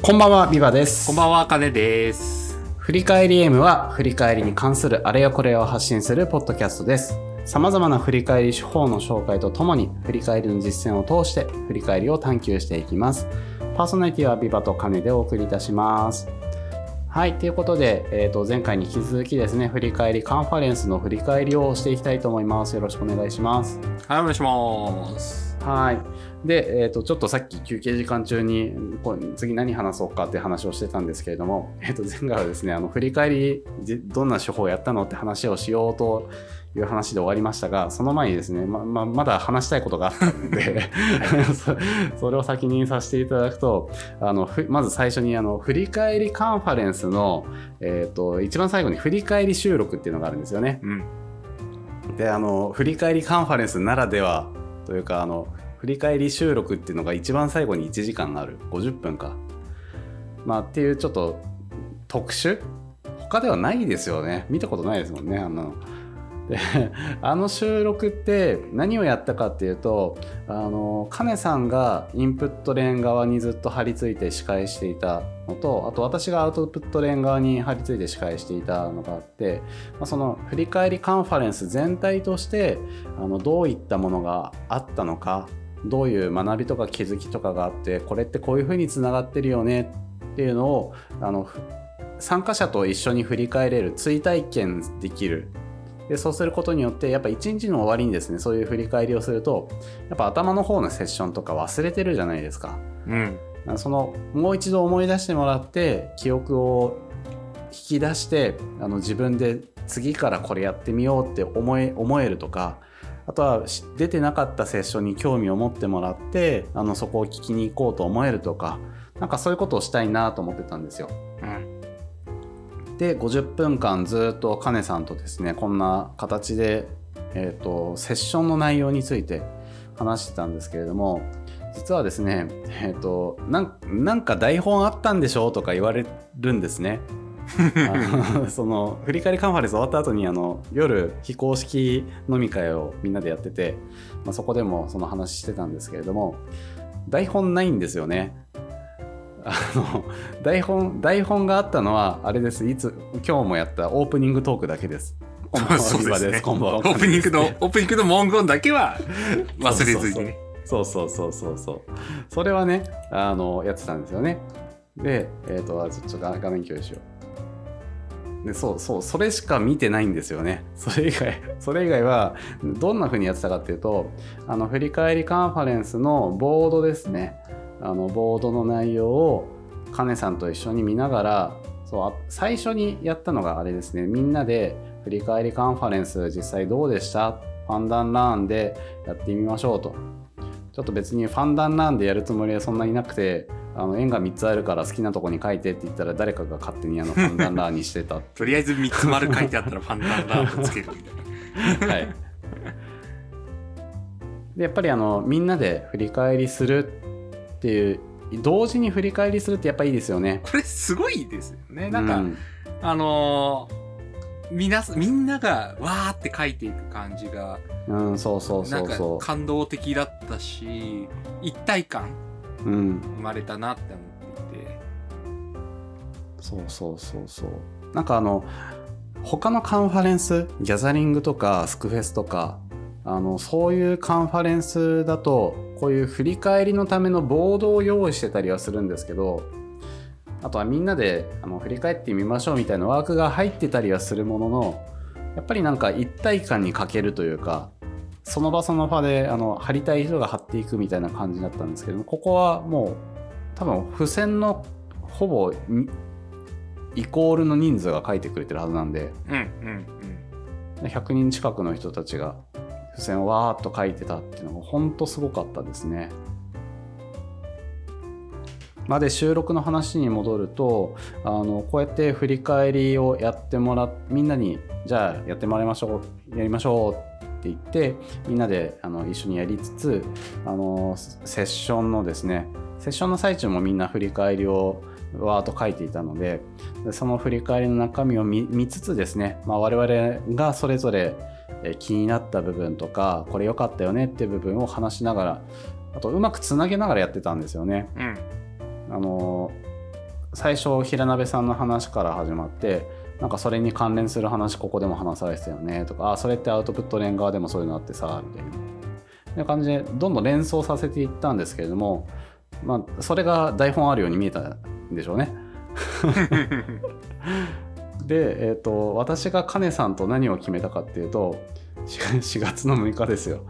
こんばんは、ビバです。 こんばんは、かねです。 振り返り M は振り返りに関するあれやこれを発信するポッドキャストです。様々な振り返り手法の紹介とともに振り返りの実践を通して振り返りを探求していきます。パーソナリティはビバとかねでお送りいたします。はい、ということで、前回に引き続きですね、振り返りカンファレンスの振り返りをしていきたいと思います。よろしくお願いします。 はい、お願いします。 はい。で、ちょっとさっき休憩時間中に次何話そうかって話をしてたんですけれども、前回はですね、振り返りどんな手法をやったのって話をしようという話で終わりましたが、その前にですね、まだ話したいことがあったのでそれを先にさせていただくと、まず最初に振り返りカンファレンスの、一番最後に振り返り収録っていうのがあるんですよね。で、振り返りカンファレンスならではというか、振り返り収録っていうのが一番最後に1時間ある50分か、っていうちょっと特殊、他ではないですよね。見たことないですもんね、あんなの。で、収録って何をやったかっていうと、カネさんがインプットレーン側にずっと張り付いて司会していたのと、あと私がアウトプットレーン側に張り付いて司会していたのがあって、その振り返りカンファレンス全体としてどういったものがあったのか、どういう学びとか気づきとかがあって、これってこういうふうにつながってるよねっていうのを参加者と一緒に振り返れる、追体験できる。で、そうすることによってやっぱ一日の終わりにですね、そういう振り返りをすると、やっぱ頭の方のセッションとか忘れてるじゃないですか。もう一度思い出してもらって記憶を引き出して自分で次からこれやってみようって思えるとか、あとは出てなかったセッションに興味を持ってもらってそこを聞きに行こうと思えるとか、なんかそういうことをしたいなと思ってたんですよ。で、50分間ずっとカネさんとですね、こんな形で、セッションの内容について話してたんですけれども、実はですね、なんか台本あったんでしょとか言われるんですね。その振り返りカンファレンス終わった後に夜非公式飲み会をみんなでやってて、そこでもその話してたんですけれども、台本ないんですよね。台本があったのはあれです。今日もやったオープニングトークだけです。 そうですね。 こんばんは。 オープニングの文言だけは忘れずにね。 そう。それはね、やってたんですよね。で、ちょっと画面共有しよう。で、それしか見てないんですよね。それ以外はどんな風にやってたかっていうと、振り返りカンファレンスのボードですね。ボードの内容をカネさんと一緒に見ながら、最初にやったのがあれですね。みんなで振り返りカンファレンス実際どうでした？ファンダンラーンでやってみましょうと。ちょっと別にファンダンラーンでやるつもりはそんなになくて、円が3つあるから好きなとこに書いてって言ったら誰かが勝手にファンダンラーンにしてた。 とりあえず3つ丸書いてあったらファンダンラーンをつけるみたいな。はい。 で、やっぱりみんなで振り返りするっていう、同時に振り返りするってやっぱいいですよね。 これすごいですよね。なんか、みんながわーって書いていく感じが、 そうなんか感動的だったし、一体感、生まれたなって思っていて。 そう。なんか他のカンファレンス、ギャザリングとかスクフェスとか、そういうカンファレンスだとこういう振り返りのためのボードを用意してたりはするんですけど、あとはみんなで振り返ってみましょうみたいなワークが入ってたりはするものの、やっぱりなんか一体感に欠けるというか、その場その場で貼りたい人が貼っていくみたいな感じだったんですけど、ここはもう多分付箋のほぼイコールの人数が書いてくれてるはずなんで、100人近くの人たちが付箋をわーっと書いてたっていうのが本当すごかったですね。で、収録の話に戻ると、こうやって振り返りをやってもらって、みんなにじゃあやりましょうって言ってみんなで一緒にやりつつ、セッションのですね、セッションの最中もみんな振り返りをわーっと書いていたので、その振り返りの中身を 見つつですね、我々がそれぞれ気になった部分とか、これ良かったよねっていう部分を話しながら、あとうまくつなげながらやってたんですよね。 最初平鍋さんの話から始まって、なんかそれに関連する話ここでも話されてたよねとか、それってアウトプット連側でもそういうのあってさみたいな感じでどんどん連想させていったんですけれども、まあそれが台本あるように見えたんでしょうね。で、私がカネさんと何を決めたかっていうと、4月の6日ですよ。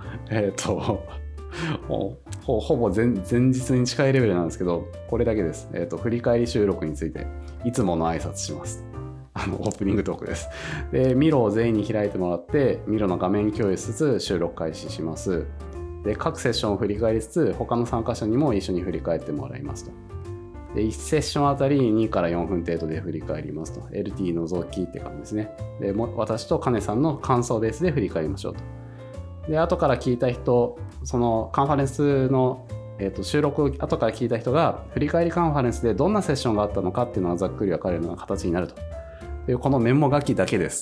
ほぼ前日に近いレベルなんですけど、これだけです。振り返り収録についていつもの挨拶します。オープニングトークです。で、ミロを全員に開いてもらって、ミロの画面共有しつつ収録開始します。で、各セッションを振り返りつつ、他の参加者にも一緒に振り返ってもらいますと。で、1セッションあたり2から4分程度で振り返りますと。LT 除きって感じですね。で、私とカネさんの感想ベースで振り返りましょうと。で、後から聞いた人、そのカンファレンスの、収録を後から聞いた人が、振り返りカンファレンスでどんなセッションがあったのかっていうのはざっくり分かるような形になると。で、このメモ書きだけです。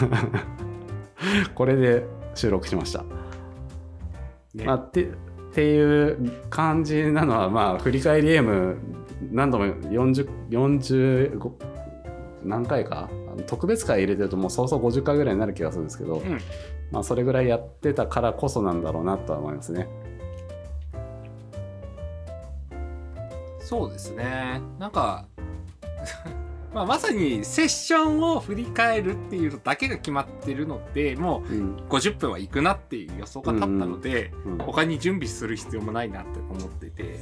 これで収録しました。ね、まあ、っていう感じなのは、まあ、振り返り M 何度も45何回か特別会入れてるともうそうそう50回ぐらいになる気がするんですけど、まあ、それぐらいやってたからこそなんだろうなとは思いますね。 そうですね。なんかまあ、まさにセッションを振り返るっていうのだけが決まってるので、もう50分は行くなっていう予想が立ったので、他に準備する必要もないなって思ってて、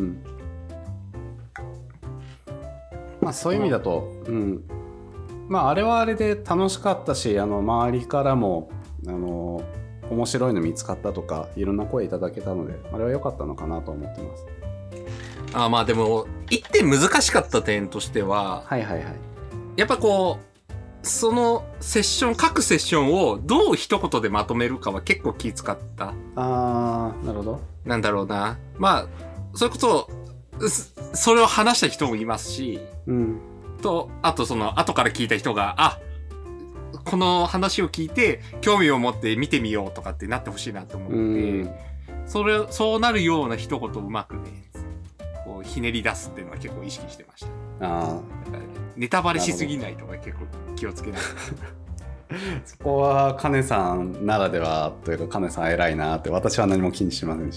まあ、そういう意味だと、まあ、あれはあれで楽しかったし、周りからも面白いの見つかったとかいろんな声いただけたので、あれは良かったのかなと思ってます。 まあでも一点難しかった点としては、やっぱこうそのセッション各セッションをどう一言でまとめるかは結構気使った。 なるほど。 なんだろうな。まあそれこそそれを話した人もいますし、あとその後から聞いた人がこの話を聞いて興味を持って見てみようとかってなってほしいなと思って、そうなるような一言をうまくねこうひねり出すっていうのは結構意識してました。ネタバレしすぎないとか結構気をつけない。 そこはカネさんならではというか、カネさん偉いなって私は何も気にしませんでした。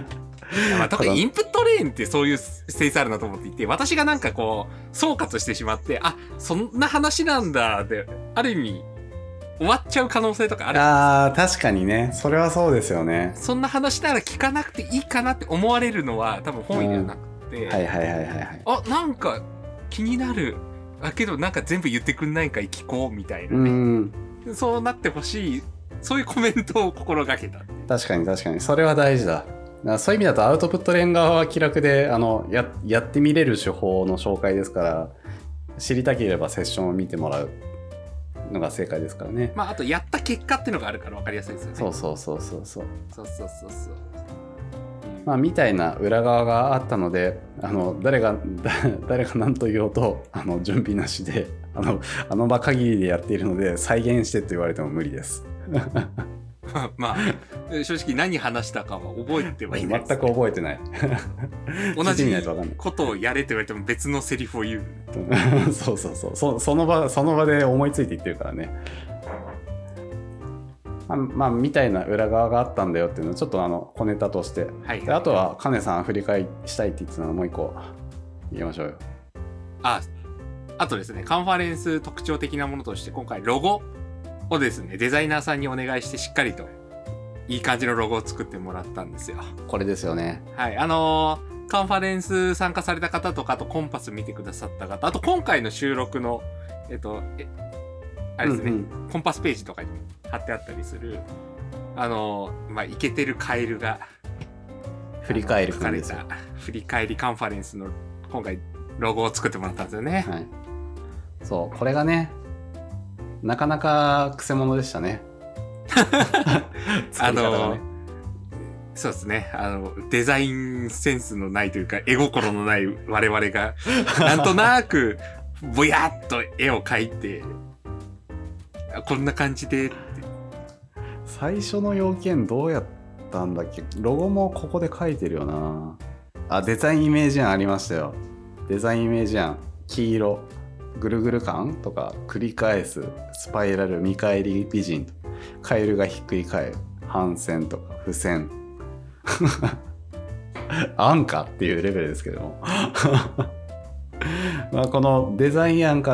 特にインプットレーンってそういうセンスあるなと思っていて、私がなんかこう総括してしまってそんな話なんだである意味終わっちゃう可能性とかある。 確かにね、それはそうですよね。 そんな話なら聞かなくていいかなって思われるのは多分本意ではなくて、なんか気になるけどなんか全部言ってくんないか聞こうみたいなね、そうなってほしい、そういうコメントを心がけた。 確かにそれは大事だ。そういう意味だとアウトプット連側は気楽でやってみれる手法の紹介ですから、知りたければセッションを見てもらうのが正解ですからね。 あとやった結果っていうのがあるから分かりやすいですよね。 そう。 まあみたいな裏側があったので、誰が何と言おうと準備なしであの場限りでやっているので、再現してと言われても無理です。 まあ正直何話したかは覚えてはいない、 全く覚えてない。 同じことをやれって言われても別のセリフを言う。 そうその場で思いついて言ってるからね。まあみたいな裏側があったんだよっていうのをちょっと小ネタとして、であとはカネさん振り返りしたいって言ってたのをもう一個言いましょうよ。 あとですね、カンファレンス特徴的なものとして今回ロゴをですね、デザイナーさんにお願いしてしっかりといい感じのロゴを作ってもらったんですよ。 これですよね。 カンファレンス参加された方とか、あとコンパス見てくださった方、あと今回の収録のあれですね、コンパスページとかに貼ってあったりするイケてるカエルが振り返る書かれた振り返りカンファレンスの今回ロゴを作ってもらったんですよね。 そう、これがねなかなかくせ者でしたね。 そうですね。デザインセンスのないというか、絵心のない我々が、なんとなく、ぼやっと絵を描いて、こんな感じでって。 最初の要件どうやったんだっけ？ロゴもここで描いてるよな。デザインイメージ案ありましたよ。 デザインイメージ案、黄色、ぐるぐる感とか、繰り返す、スパイラル、見返り美人、カエルがひっくり返る、反線とか、付箋。案かっていうレベルですけども。まあこのデザイン案から、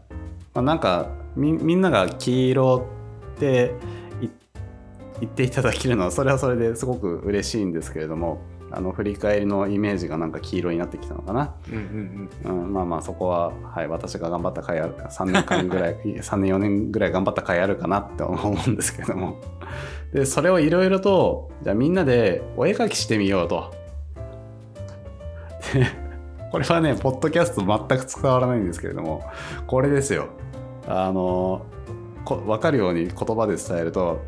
まあ、なんかみんなが黄色って言っていただけるのはそれはそれですごく嬉しいんですけれども、振り返りのイメージがなんか黄色になってきたのかな。まあまあそこは、はい、私が頑張った回ある3年間ぐらい3年4年ぐらい頑張った回あるかなって思うんですけども、でそれをいろいろとじゃあみんなでお絵描きしてみようと。でこれはねポッドキャスト全く伝わらないんですけれども、これですよ。分かるように言葉で伝えると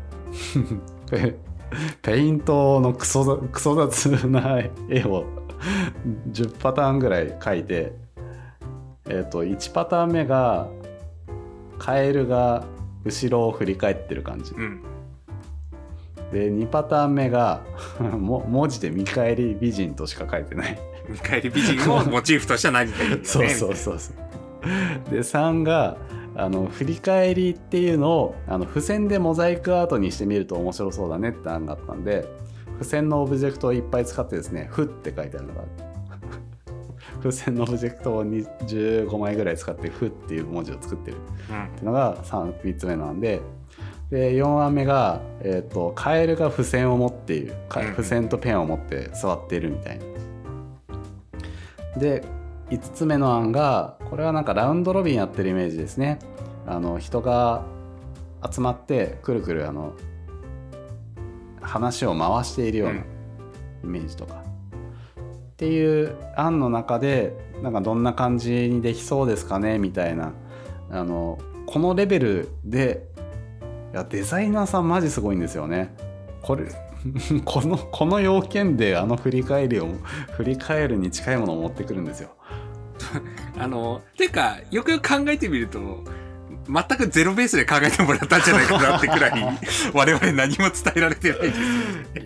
ペイントのクソ雑な絵を10パターンぐらい描いて、1パターン目がカエルが後ろを振り返ってる感じ、で2パターン目が文字で見返り美人としか書いてない。 見返り美人をモチーフとしては何かいいよね。 そうで3が振り返りっていうのを付箋でモザイクアートにしてみると面白そうだねって案があったんで、付箋のオブジェクトをいっぱい使ってですね、ふって書いてあるのが付箋のオブジェクトを15枚ぐらい使ってふっていう文字を作ってるっていうのが 3つ目なんで、で4案目が、カエルが付箋を持っている、付箋とペンを持って座っているみたいな。で5つ目の案が、これはなんかラウンドロビンやってるイメージですね。人が集まってくるくる話を回しているようなイメージとか、っていう案の中でなんかどんな感じにできそうですかねみたいな、このレベルで、いやデザイナーさんマジすごいんですよね。この要件で振り返るに近いものを持ってくるんですよ。 てかよくよく考えてみると全くゼロベースで考えてもらったんじゃないかなってくらい我々何も伝えられてないです。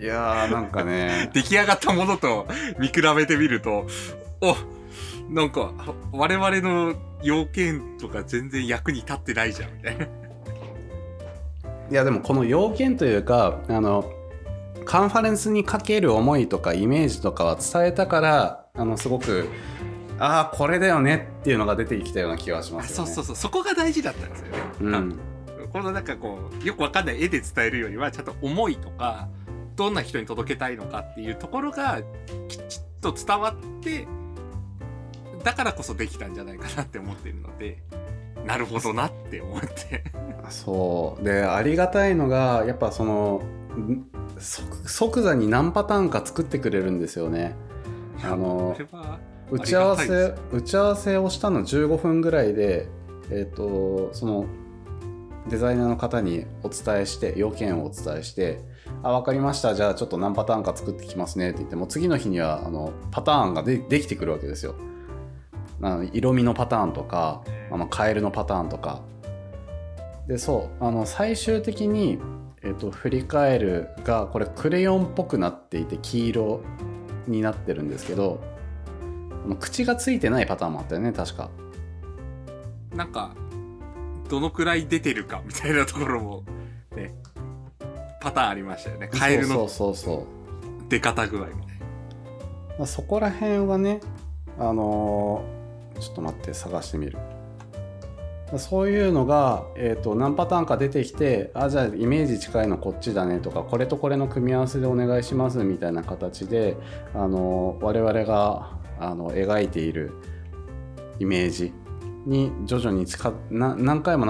いやーなんかね出来上がったものと見比べてみると、なんか我々の要件とか全然役に立ってないじゃんみたいな。いやでもこの要件というかカンファレンスにかける思いとかイメージとかは伝えたからすごくこれだよねっていうのが出てきたような気がしますよね。 そうそこが大事だったんですよね。このなんかこうよくわかんない絵で伝えるよりはちゃんと思いとかどんな人に届けたいのかっていうところがきちっと伝わってだからこそできたんじゃないかなって思っているので、なるほどなって思ってそうでありがたいのがやっぱその即座に何パターンか作ってくれるんですよね。打ち合わせをしたの15分ぐらいで、そのデザイナーの方にお伝えして要件をお伝えして分かりました、じゃあちょっと何パターンか作ってきますねって言っても次の日にはパターンが できてくるわけですよ。色味のパターンとかカエルのパターンとかで、そう最終的に振り返るがこれクレヨンっぽくなっていて黄色になってるんですけど、口がついてないパターンもあったよね確か。 なんかどのくらい出てるかみたいなところもねパターンありましたよね。カエルの出方具合みたいな。そこら辺はねちょっと待って探してみる。そういうのが、何パターンか出てきて、じゃあイメージ近いのこっちだねとか、これとこれの組み合わせでお願いしますみたいな形で我々が描いているイメージに徐々に何回も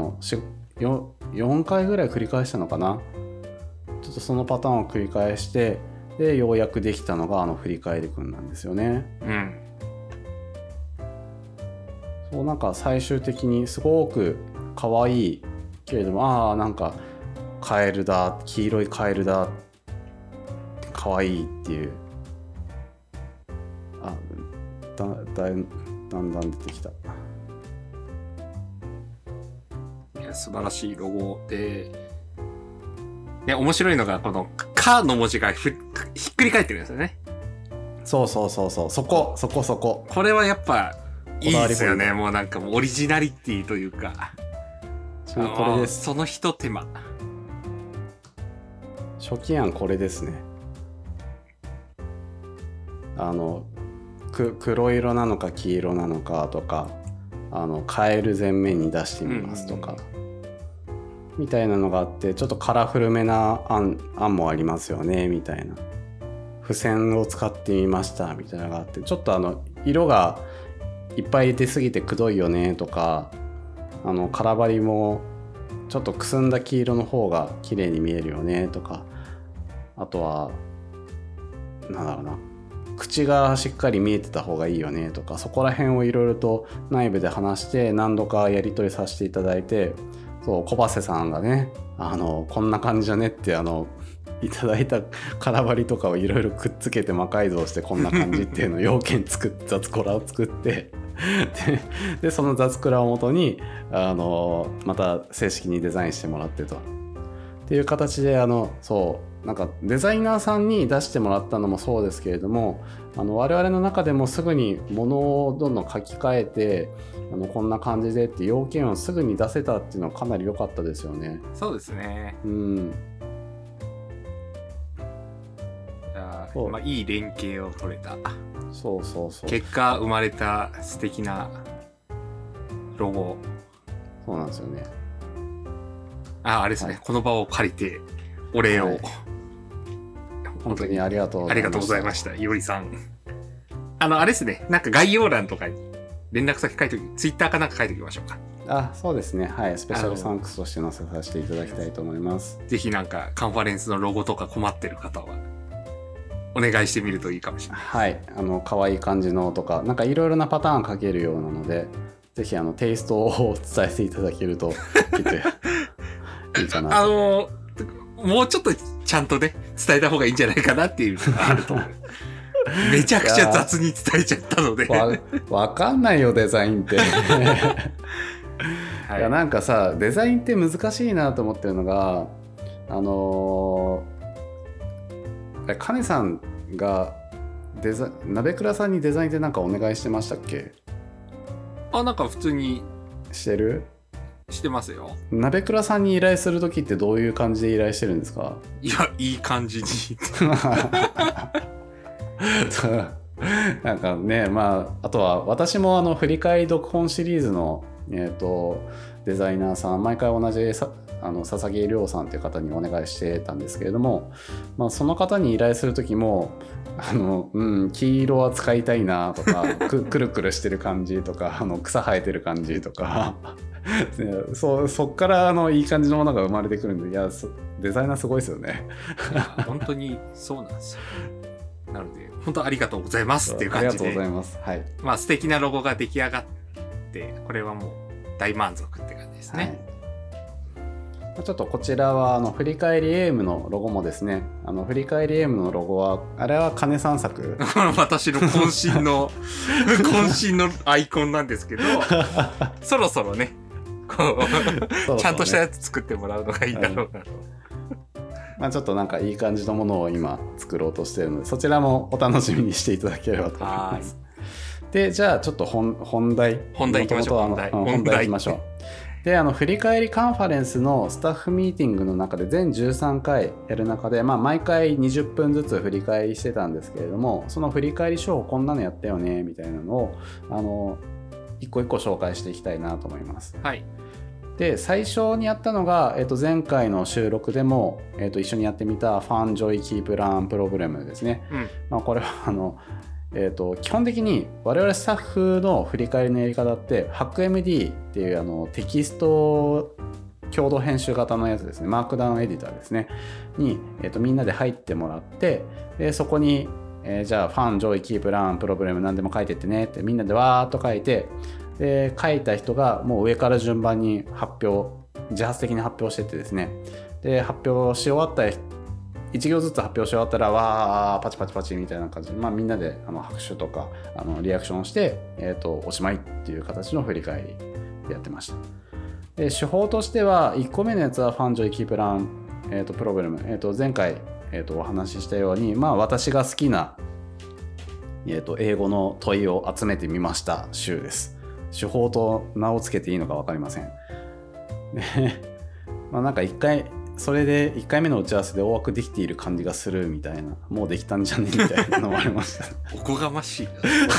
4回ぐらい繰り返したのかな。ちょっとそのパターンを繰り返してでようやくできたのが振り返りくんなんですよね。そうなんか最終的にすごく可愛いけれどもなんかカエルだ、黄色いカエルだ、可愛いっていうだんだん出てきた。 いや素晴らしいロゴで、面白いのがこの「か」の文字がひっくり返ってるんですよね。 そうそここれはやっぱいいですよね。もうなんかもうオリジナリティというか、 これです。 その一手間。 初期案これですね。黒色なのか黄色なのかとか、カエル全面に出してみますとか、みたいなのがあって、ちょっとカラフルめな案もありますよねみたいな。付箋を使ってみましたみたいなのがあって、ちょっと色がいっぱい出すぎてくどいよねとか、カラバリもちょっとくすんだ黄色の方が綺麗に見えるよねとか、あとはなんだろうな、口がしっかり見えてた方がいいよねとか、そこら辺をいろいろと内部で話して何度かやり取りさせていただいて、そう小橋さんがね、こんな感じじゃねっていただいたカラバリとかをいろいろくっつけて魔改造してこんな感じっていうのを要件雑コラを作ってでその雑コラをもとにまた正式にデザインしてもらってとっていう形でそうなんかデザイナーさんに出してもらったのもそうですけれども、我々の中でもすぐに物をどんどん書き換えてこんな感じでって要件をすぐに出せたっていうのはかなり良かったですよね。 そうですね。まあ、いい連携を取れた。 そう結果生まれた素敵なロゴ。 そうなんですよね。 あれですね、はい、この場を借りてお礼を、はい、 本当にありがとうございました。いおりさん。あれですね、なんか概要欄とかに連絡先書いてツイッターかなんか書いておきましょうか。 そうですね。はい。スペシャルサンクスとして載せさせていただきたいと思います。 ぜひなんかカンファレンスのロゴとか困ってる方はお願いしてみるといいかもしれない。 はい。可愛い感じのとか、なんかいろいろなパターン書けるようなので、ぜひテイストを伝えていただけるときっといいかな。 もうちょっとちゃんとね伝えた方がいいんじゃないかなっていうのがあると思う。めちゃくちゃ雑に伝えちゃったのでわかんないよデザインって、はい、いやなんかさデザインって難しいなと思ってるのがカネさんが鍋倉さんにデザインってなんかお願いしてましたっけ？ なんか普通にしてる？ してますよ。 鍋倉さんに依頼するときってどういう感じで依頼してるんですか？ いやいい感じになんかね、まああとは私も振り返り読本シリーズのデザイナーさん毎回同じ笹木亮さんという方にお願いしてたんですけれども、まあ、その方に依頼する時も黄色は使いたいなとかくるくるしてる感じとか草生えてる感じとかそっからいい感じのものが生まれてくるんで、いやデザイナーすごいですよね。 本当にそうなんですよ。なので本当ありがとうございますっていう感じで、 ありがとうございます。はい。 まあ素敵なロゴが出来上がってこれはもう大満足って感じですね。 はい、ちょっとこちらは振り返り AM のロゴもですね、振り返り AM のロゴはあれは金さん作私の渾身の渾身のアイコンなんですけどそろそろねこうちゃんとしたやつ作ってもらうのがいいだろうなと、 まあ、ちょっとなんかいい感じのものを今作ろうとしているので、そちらもお楽しみにしていただければと思います。でじゃあちょっと本題いきましょう。 本題いきましょう。で振り返りカンファレンスのスタッフミーティングの中で全13回やる中で、まあ、毎回20分ずつ振り返りしてたんですけれども、その振り返り書をこんなのやったよねみたいなのを一個一個紹介していきたいなと思います。 はい。 で最初にやったのが、前回の収録でも、一緒にやってみたファンジョイキープランプログラムですね。まあ、これは基本的に我々スタッフの振り返りのやり方って HackMD っていうテキスト共同編集型のやつですね、マークダウンエディターですねに、みんなで入ってもらって、でそこに、じゃあファンジョイキープランプログラム何でも書いてってねってみんなでわーっと書いて、で書いた人がもう上から順番に自発的に発表してってですね、で発表し終わった1行ずつ発表し終わったらわーパチパチパチみたいな感じで、まあ、みんなで拍手とかリアクションして、おしまいっていう形の振り返りでやってました。で手法としては1個目のやつはファンジョイキープラン、プログラム、前回、お話ししたように、まあ、私が好きな英語の問いを集めてみました集です。手法と名を付けていいのか分かりません。で、なんかそれで1回目の打ち合わせで大枠できている感じがするみたいな、もうできたんじゃねみたいなのもありました。 おこがましい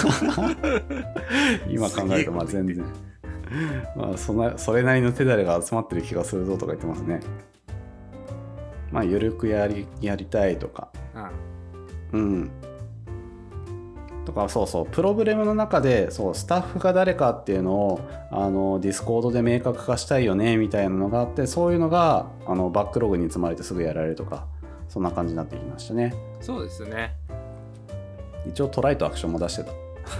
今考えると全然それなりの手だれが集まってる気がするぞとか言ってますね。ゆるくやりたいとか、とか、プログラムの中でスタッフが誰かっていうのをディスコードで明確化したいよねみたいなのがあって、そういうのがバックログに積まれてすぐやられるとか、そんな感じになってきましたね。 そうですね。 一応トライとアクションも出して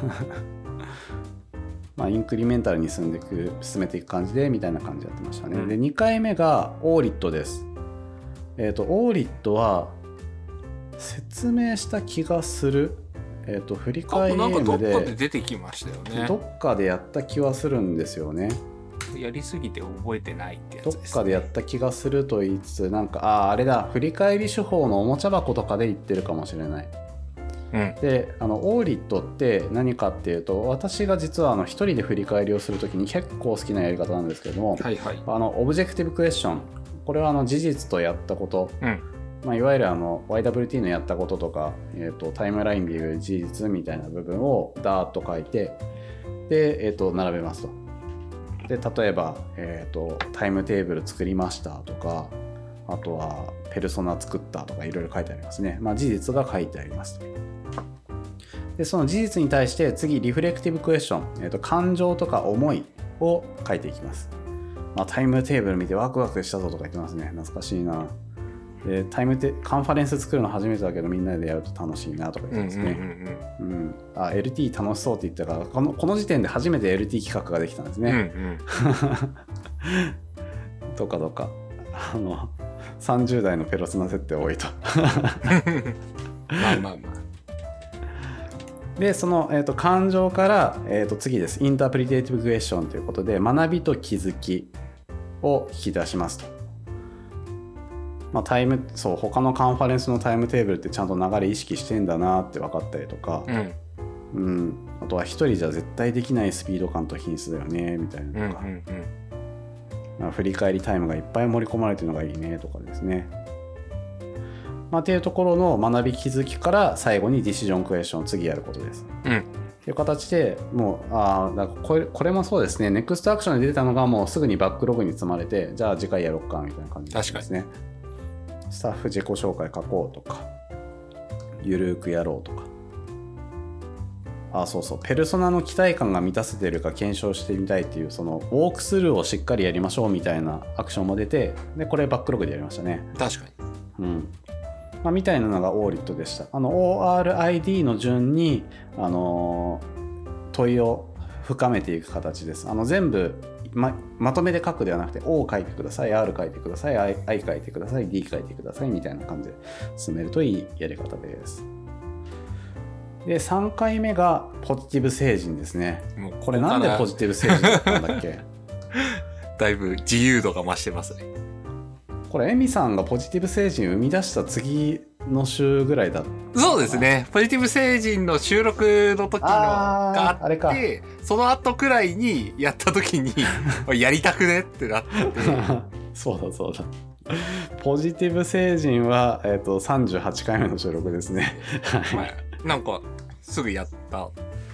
た。インクリメンタルに進めていく感じでみたいな感じでやってましたね。で、2回目がオーリットです。オーリットは説明した気がする。振り返りゲームでなんかどっかで出てきましたよね。 どっかでやった気はするんですよね。 やりすぎて覚えてないってやつですね。 どっかでやった気がすると言いつつ、なんかあれだ、振り返り手法のおもちゃ箱とかで言ってるかもしれない。で、オーリットって何かっていうと、私が実は一人で振り返りをするときに結構好きなやり方なんですけども、オブジェクティブクエスチョン、これは事実とやったこと、いわゆるYWT のやったこととか、タイムラインでいう事実みたいな部分をダーッと書いて、で、並べますと。で、例えば、タイムテーブル作りましたとか、あとはペルソナ作ったとかいろいろ書いてありますね。事実が書いてあります。で、その事実に対して次リフレクティブクエスチョン、感情とか思いを書いていきます。タイムテーブル見てワクワクしたぞとか言ってますね。懐かしいな。カンファレンス作るの初めてだけどみんなでやると楽しいなとか言ってますね。LT 楽しそうって言ったからこの時点で初めて LT 企画ができたんですね。とか30代のペロスナ設定多いと。で、その、感情から、次です。インタープリテーティブクエスチョンということで、学びと気づきを引き出しますと。他のカンファレンスのタイムテーブルってちゃんと流れ意識してんだなって分かったりとか、あとは一人じゃ絶対できないスピード感と品質だよねみたいなとか、振り返りタイムがいっぱい盛り込まれてるのがいいねとかですね。っていうところの学び気づきから最後にディシジョンクエスチョンを次やることです。っていう形でもうだからこれもそうですね。ネクストアクションで出たのがもうすぐにバックログに積まれて、じゃあ次回やろうかみたいな感じですね。スタッフ自己紹介書こうとか、ゆるくやろうとか、ペルソナの期待感が満たせてるか検証してみたいっていう、そのウォークスルーをしっかりやりましょうみたいなアクションも出て、でこれバックログでやりましたね。 確かに。 みたいなのがオーリットでした。ORID の順に問いを深めていく形です。全部まとめで書くではなくて O 書いてください、R 書いてください、I 書いてください、D 書いてくださいみたいな感じで進めるといいやり方です。で、3回目がポジティブ成人ですね。これなんでポジティブ成人だったんだっけ？ だいぶ自由度が増してますね。 これエミさんがポジティブ成人を生み出した次の週ぐらいだった。 そうですね。ポジティブ成人の収録の時のがあって、その後くらいにやった時にやりたくねってなってそうだ。ポジティブ成人は、38回目の収録ですね。 なんかすぐやった。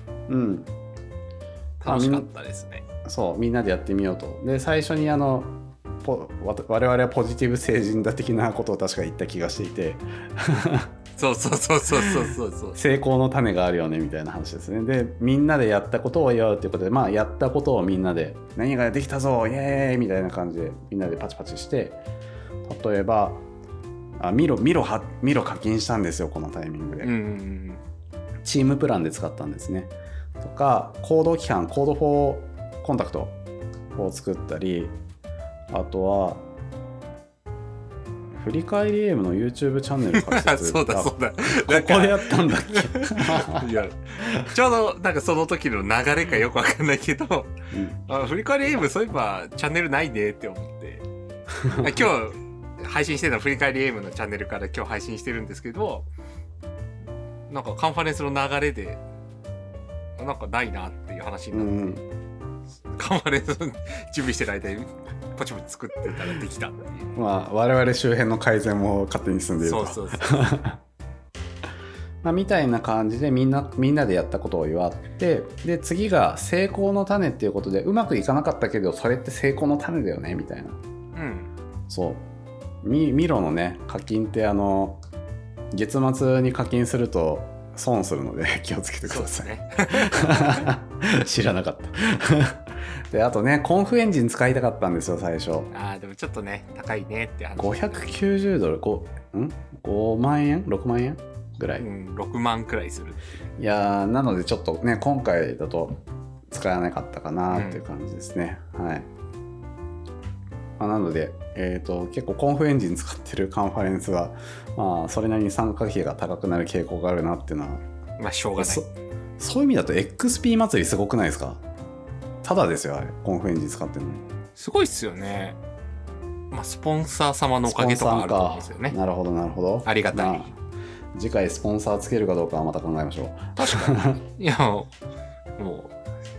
楽しかったですね。 みんなでやってみようと。で、最初に我々はポジティブ成人だ的なことを確か言った気がしていてそう成功の種があるよねみたいな話ですね。で、みんなでやったことを祝うということで、やったことをみんなで何ができたぞイエーイみたいな感じでみんなでパチパチして、例えばミロ課金したんですよ、このタイミングで。チームプランで使ったんですね。とか、行動規範コードフォーコンタクトを作ったり、あとは振り返りゲームの YouTube チャンネル開設そうだここでやったんだっけ？ いや、ちょうどなんかその時の流れかよくわかんないけど、振り返りゲームそういえばチャンネルないねって思って今日配信してた振り返りゲームのチャンネルから今日配信してるんですけど、 なんかカンファレンスの流れでなんかないなっていう話になって、カンファレンス準備してる間にポチポチ作ってたらできたっていう。 まあ我々周辺の改善も勝手に進んでいると。 そうまあみたいな感じでみんなでやったことを祝って、で次が成功の種っていうことで、うまくいかなかったけどそれって成功の種だよねみたいな。そうミロのね課金って月末に課金すると損するので気をつけてください。ね、知らなかったであとねコンフエンジン使いたかったんですよ最初。 でもちょっとね高いねって話。 590ドル5万円6万円ぐらい、 6万くらいする。 いやなのでちょっとね今回だと使わなかったかなっていう感じですね、はい。なので、結構コンフエンジン使ってるカンファレンスは、まあ、それなりに参加費が高くなる傾向があるなっていうのは、 まあしょうがない。 そういう意味だと XP 祭りすごくないですか？ただですよあれコンフエンジン使ってるのに。 すごいっすよね。まあスポンサー様のおかげとかあると思うんですよね。 なるほどなるほど。 ありがたい。 まあ、次回スポンサーつけるかどうかはまた考えましょう。 確かに。いやもう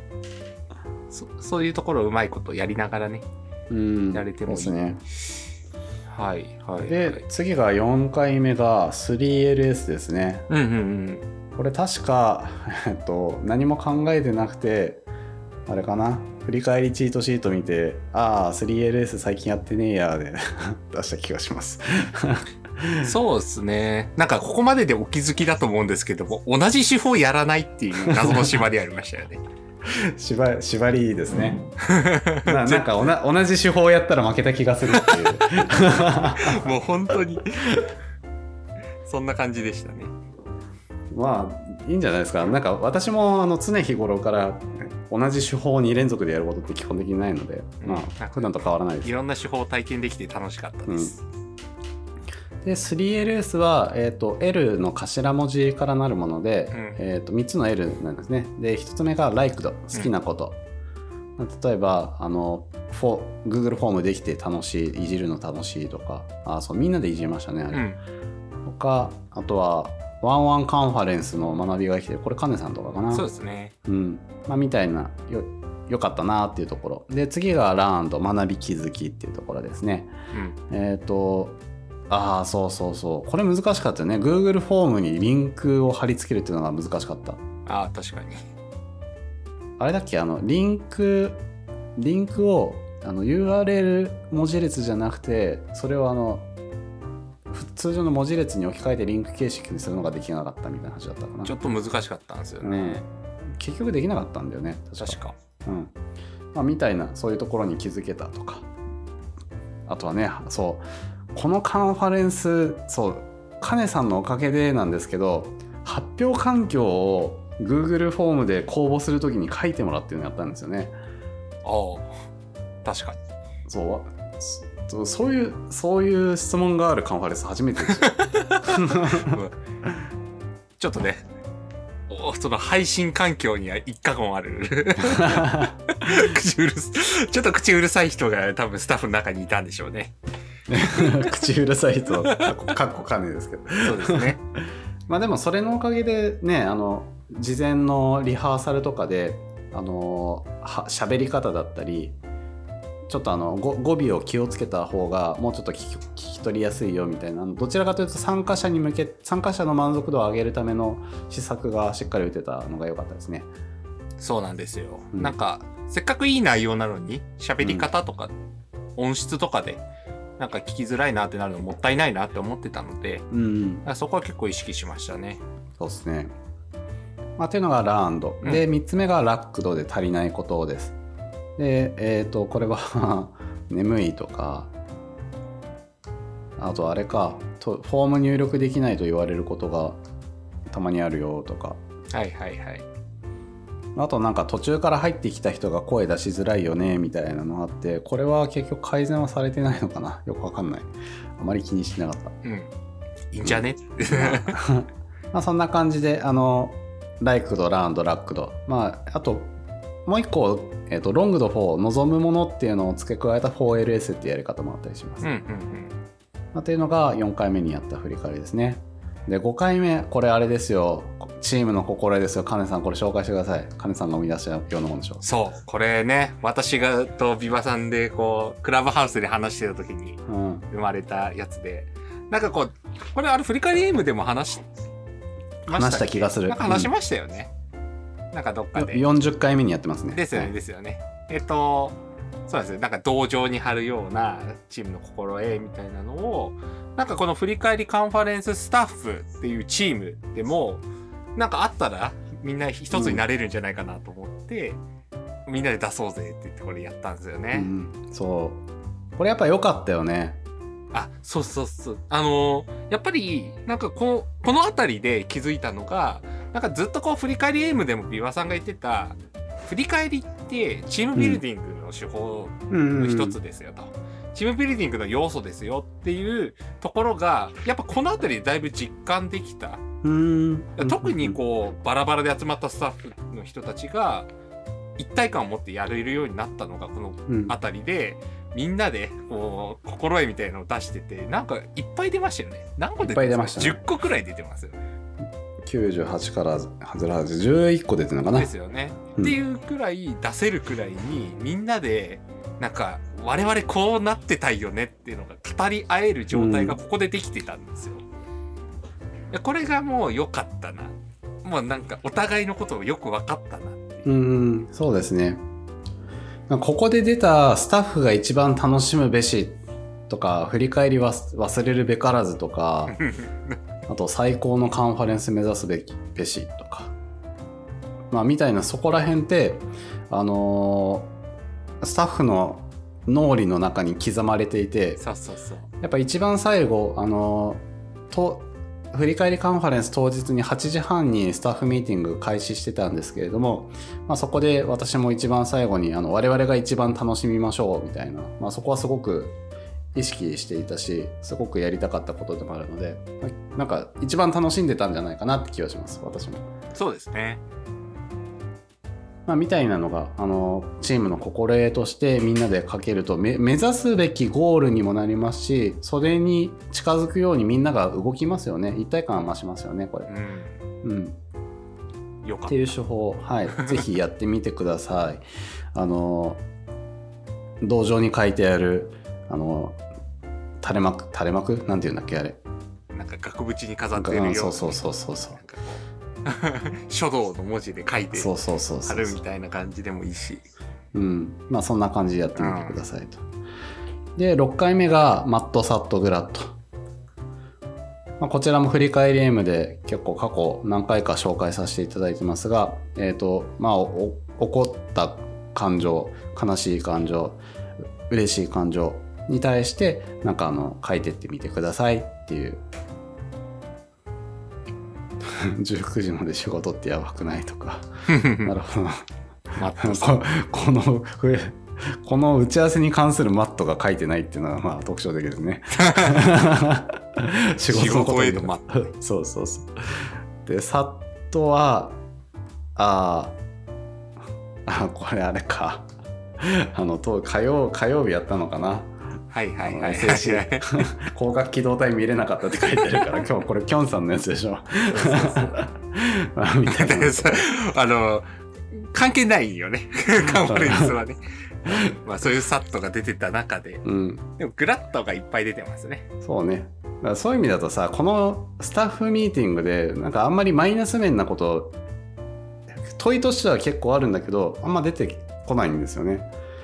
そういうところをうまいことやりながらね。やれてもいいですね。はいはい。 で次が4回目が 3LS ですね。これ確か何も考えてなくてあれかな、振り返りチートシート見て3LS 最近やってねえやで出した気がします。 そうですね。なんかここまででお気づきだと思うんですけども、同じ手法やらないっていう謎の縛りありましたよね。 縛りですね。なんか同じ手法やったら負けた気がするっていうもう本当にそんな感じでしたね。 まあいいんじゃないですか。なんか私も常日頃から同じ手法を2連続でやることって基本的にないので、まあ普段と変わらないです。 いろんな手法を体験できて楽しかったです、 で 3LS は、L の頭文字からなるもので、3つの L なんですね。で1つ目が Liked 好きなこと、例えばGoogle フォームできて楽しい、いじるの楽しいとか、そうみんなでいじりましたねあれ、とかあとはワンワンカンファレンスの学びが来てる、これカネさんとかかな。 そうですね、 まあ、みたいなよかったなっていうところで、次がラーンド学び気づきっていうところですね。そうこれ難しかったよね。 Google フォームにリンクを貼り付けるっていうのが難しかった。 確かに。 あれだっけ、リンクをURL 文字列じゃなくて、それを通常の文字列に置き換えてリンク形式にするのができなかったみたいな話だったかな。 ちょっと難しかったんですよね、 結局できなかったんだよね確か、みたいな、そういうところに気づけたとか。あとはね、このカンファレンス、カネさんのおかげでなんですけど、発表環境を Google フォームで公募するときに書いてもらっていうのをやったんですよね。 確かに。 そういう質問があるカンファレンス初めてでした。 ちょっとね、その配信環境には一過言あるちょっと口うるさい人が多分スタッフの中にいたんでしょうね。 口うるさい人かっこかねですけど。 そうですね。 まあでもそれのおかげでね、事前のリハーサルとかで喋り方だったり、ちょっと語尾を気をつけた方がもうちょっと聞き取りやすいよみたいな、どちらかというと参加者の満足度を上げるための施策がしっかり打てたのが良かったですね。 そうなんですよ、なんかせっかくいい内容なのに喋り方とか、音質とかでなんか聞きづらいなってなるのもったいないなって思ってたので、そこは結構意識しましたね。 そうですね。っていうのがラーンド、で3つ目がラックドで足りないことです。でこれは眠いとか、あとあれか、フォーム入力できないと言われることがたまにあるよとか、あとなんか途中から入ってきた人が声出しづらいよねみたいなのがあって、これは結局改善はされてないのかな、よくわかんない、あまり気にしてなかった。 いいんじゃねそんな感じでライクド、ラーンド、ラックド、あともう一個、ロングド4、望むものっていうのを付け加えた 4LS っていうやり方もあったりします。っていうのが4回目にやった振り返りですね。 で5回目これあれですよ、チームの心得ですよ。カネさんこれ紹介してください。カネさんが生み出したようなものでしょ。 そうこれね、私がとビバさんでこうクラブハウスで話してた時に生まれたやつで、なんかこうこれあれ振り返りゲームでも話した気がする。 なんか話しましたよね、なんかどっかで 40回目にやってますね。 ですよね、ですよね。そうですね、なんか同情に貼るようなチームの心得みたいなのを、なんかこの振り返りカンファレンススタッフっていうチームでもなんかあったらみんな一つになれるんじゃないかなと思って、みんなで出そうぜって言ってこれやったんですよね。 そうこれやっぱ良かったよね。 そうやっぱりなんかこのあたりで気づいたのが、なんかずっとこう振り返りゲームでもビワさんが言ってた、振り返りってチームビルディングの手法の一つですよと、チームビルディングの要素ですよっていうところがやっぱこのあたりでだいぶ実感できた。特にこうバラバラで集まったスタッフの人たちが一体感を持ってやれるようになったのがこのあたりで、みんなでこう心得みたいなのを出してて、なんかいっぱい出ましたよね。何個出てますか？10個くらい出てますよね。 98から外れず11個出てるのかな。 ですよね、っていうくらい出せるくらいにみんなでなんか我々こうなってたいよねっていうのが語り合える状態がここでできてたんですよ。これがもう良かったな。もうなんかお互いのことをよく分かったなっていう。 そうですね。ここで出たスタッフが一番楽しむべしとか、振り返り忘れるべからずとかあと最高のカンファレンス目指すべしとか、みたいな、そこら辺ってスタッフの脳裏の中に刻まれていて、やっぱ一番最後振り返りカンファレンス当日に8時半にスタッフミーティング開始してたんですけれども、そこで私も一番最後に我々が一番楽しみましょうみたいな、そこはすごく意識していたし、すごくやりたかったことでもあるので、なんか一番楽しんでたんじゃないかなって気がします、私も。 そうですね。 みたいなのがチームの心得としてみんなで書けると目指すべきゴールにもなりますし、それに近づくようにみんなが動きますよね。一体感は増しますよね、これ。 よかったっていう手法、ぜひやってみてください。道場に書いてある垂れ幕なんていうんだっけ、あれ、 なんか額縁に飾ってるような、 そう書道の文字で書いてあるみたいな感じでもいいし、 そんな感じでやってみてくださいと。で6回目がマットサットグラット、こちらも振り返り M で結構過去何回か紹介させていただいてますが、怒った感情、悲しい感情、嬉しい感情に対してなんか書いてってみてくださいっていう19時まで仕事ってやばくないとかなるほどこの打ち合わせに関するマットが書いてないっていうのは特徴的ですね仕事のことへのマットそうでサットはこれあれか火曜日やったのかな。光学機動隊見れなかったって書いてあるから今日これキョンさんのやつでしょみたいな関係ないよねカンファレンスはねそういうサットが出てた中で、でもグラットがいっぱい出てますね。 そうね。だからそういう意味だとさ、このスタッフミーティングでなんかあんまりマイナス面なこと問いとしては結構あるんだけど、あんま出てこないんですよね。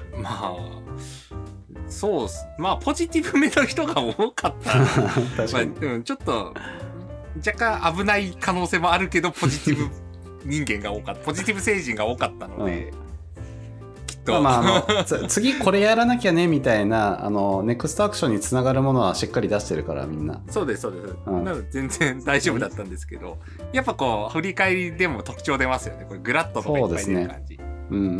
そうっす。ポジティブめの人が多かった確かに、 ちょっと若干危ない可能性もあるけど、ポジティブ人間が多かったポジティブ星人が多かったので、きっと次これやらなきゃねみたいなネクストアクションにつながるものはしっかり出してるからみんな。 そうです、なので全然大丈夫だったんですけど、やっぱこう振り返りでも特徴出ますよね。これグラッととかいっぱい出る感じ。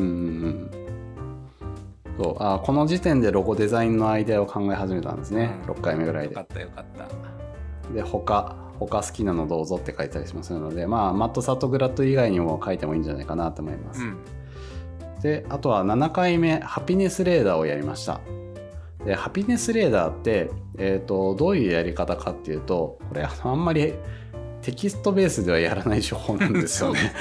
この時点でロゴデザインのアイデアを考え始めたんですね、6回目ぐらいで。 よかったで他好きなのどうぞって書いたりしますので、マットサットグラッド以外にも書いてもいいんじゃないかなと思います、であとは7回目ハピネスレーダーをやりました。でハピネスレーダーって、どういうやり方かっていうと、これあんまりテキストベースではやらない手法なんですよね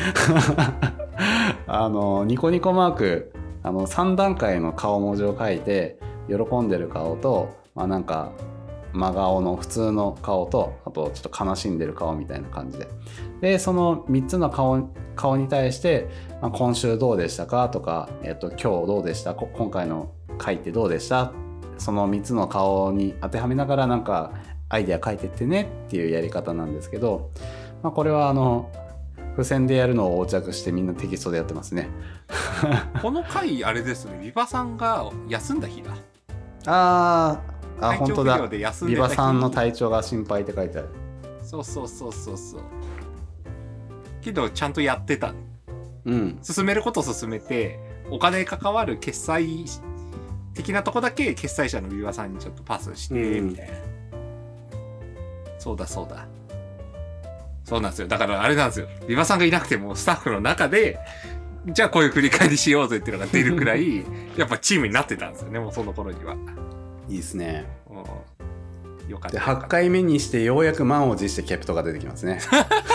ニコニコマーク3段階の顔文字を書いて、喜んでる顔と、なんか真顔の普通の顔と、あとちょっと悲しんでる顔みたいな感じで、その3つの顔に対して、今週どうでしたかとか、今日どうでした、今回の回ってどうでした、その3つの顔に当てはめながらなんかアイデア書いてってねっていうやり方なんですけど、これは付箋でやるのを横着してみんなテキストでやってますねこの回あれですね、ビバさんが休んだ日だ。 本当だ。ビバさんの体調が心配って書いてある。 そうけどちゃんとやってた。進めることを進めて、お金に関わる決済的なとこだけ決済者のビバさんにちょっとパスしてみたいな。そうだそうなんですよ。だからあれなんですよ、ビバさんがいなくてもスタッフの中でじゃあこういう振り返りしようぜっていうのが出るくらいやっぱチームになってたんですよね、もうその頃には。 いいですね。 よかった。 で8回目にしてようやく満を持してケプトが出てきますね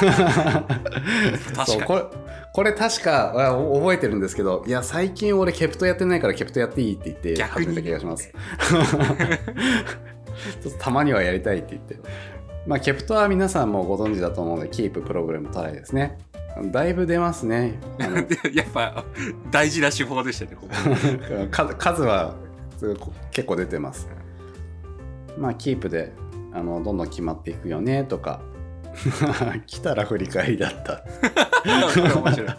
確かにこれ確か覚えてるんですけど、いや最近俺ケプトやってないからケプトやっていいって言って始めた気がしますちょっとたまにはやりたいって言って、ケプトは皆さんもご存知だと思うので、キーププログラムトライですね。だいぶ出ますねやっぱ大事な手法でしたねここ数は結構出てます。キープでどんどん決まっていくよねとか来たら振り返りだった面白い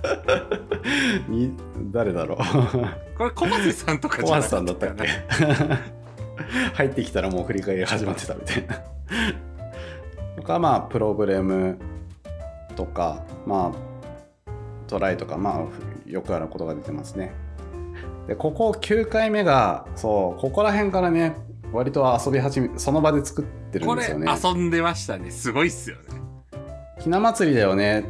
誰だろうこれ小松さんとかじゃなかった小松さんだったっけ入ってきたらもう振り返り始まってたみたいなとか、プログラムとか、トライとか、よくあることが出てますね。でここ9回目がここら辺からね、割と遊び始め、その場で作ってるんですよね。 これ遊んでましたね。すごいっすよね。 ひな祭りだよねって、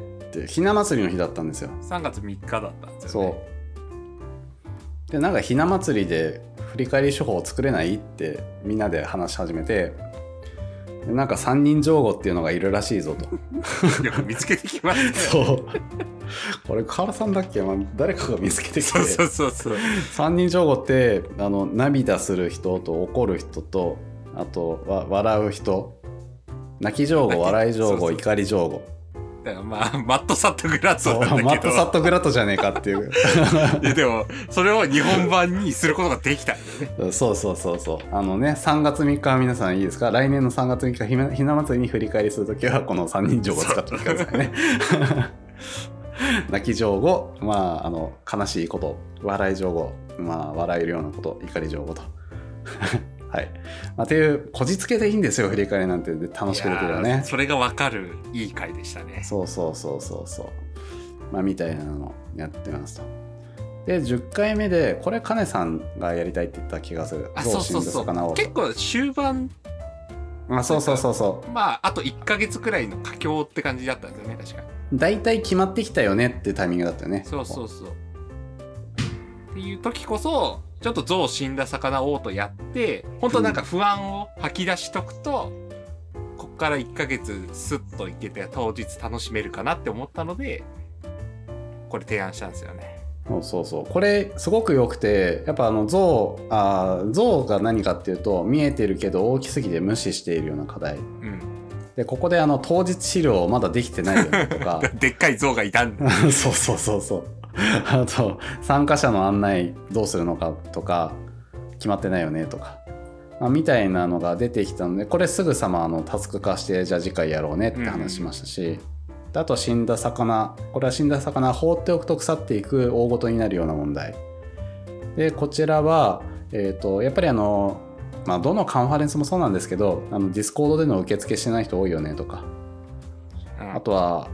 ひな祭りの日だったんですよ。 3月3日だったんですよね。 そうで、なんかひな祭りで振り返り手法を作れないってみんなで話し始めて、なんか3人乗語っていうのがいるらしいぞとよく見つけてきましたよ。 そうこれカールさんだっけ、誰かが見つけてきて、 そう 3人乗語って涙する人と怒る人と、あと笑う人、泣き乗語、笑い乗語、怒り乗語。 だからマットサットグラットなんだけど、 マットサットグラットじゃねえかっていういやでもそれを日本版にすることができたんだよね。 そう3月3日は皆さんいいですか、来年の3月3日ひな祭りに振り返りするときはこの3人乗語を使ってくださいね泣き乗語、悲しいこと、笑い乗語、笑えるようなこと、怒り乗語とはい、っていうこじつけでいいんですよ、振り返りなんて。楽しくできるよね。 それが分かるいい回でしたね。 そうみたいなのやってますと。で10回目でこれカネさんがやりたいって言った気がする。 そう結構終盤、 そうあと1ヶ月くらいの佳境って感じだったんですよね。確かにだいたい決まってきたよねっていうタイミングだったよね。 そうっていう時こそちょっと象死んだ魚をとやって、本当なんか不安を吐き出しとくと、こっから1ヶ月スッといけて当日楽しめるかなって思ったので、これ提案したんですよね。 これすごく良くて、やっぱ象が何かっていうと、見えてるけど大きすぎて無視しているような課題、でここで当日資料まだできてないよねとかでっかい象がいたんだそうあと参加者の案内どうするのかとか決まってないよねとか、みたいなのが出てきたので、これすぐさまタスク化して、じゃあ次回やろうねって話しましたし、あと死んだ魚、これは死んだ魚放っておくと腐っていく大ごとになるような問題で、こちらは、やっぱりどのカンファレンスもそうなんですけど、ディスコードでの受付してない人多いよねとか、あとは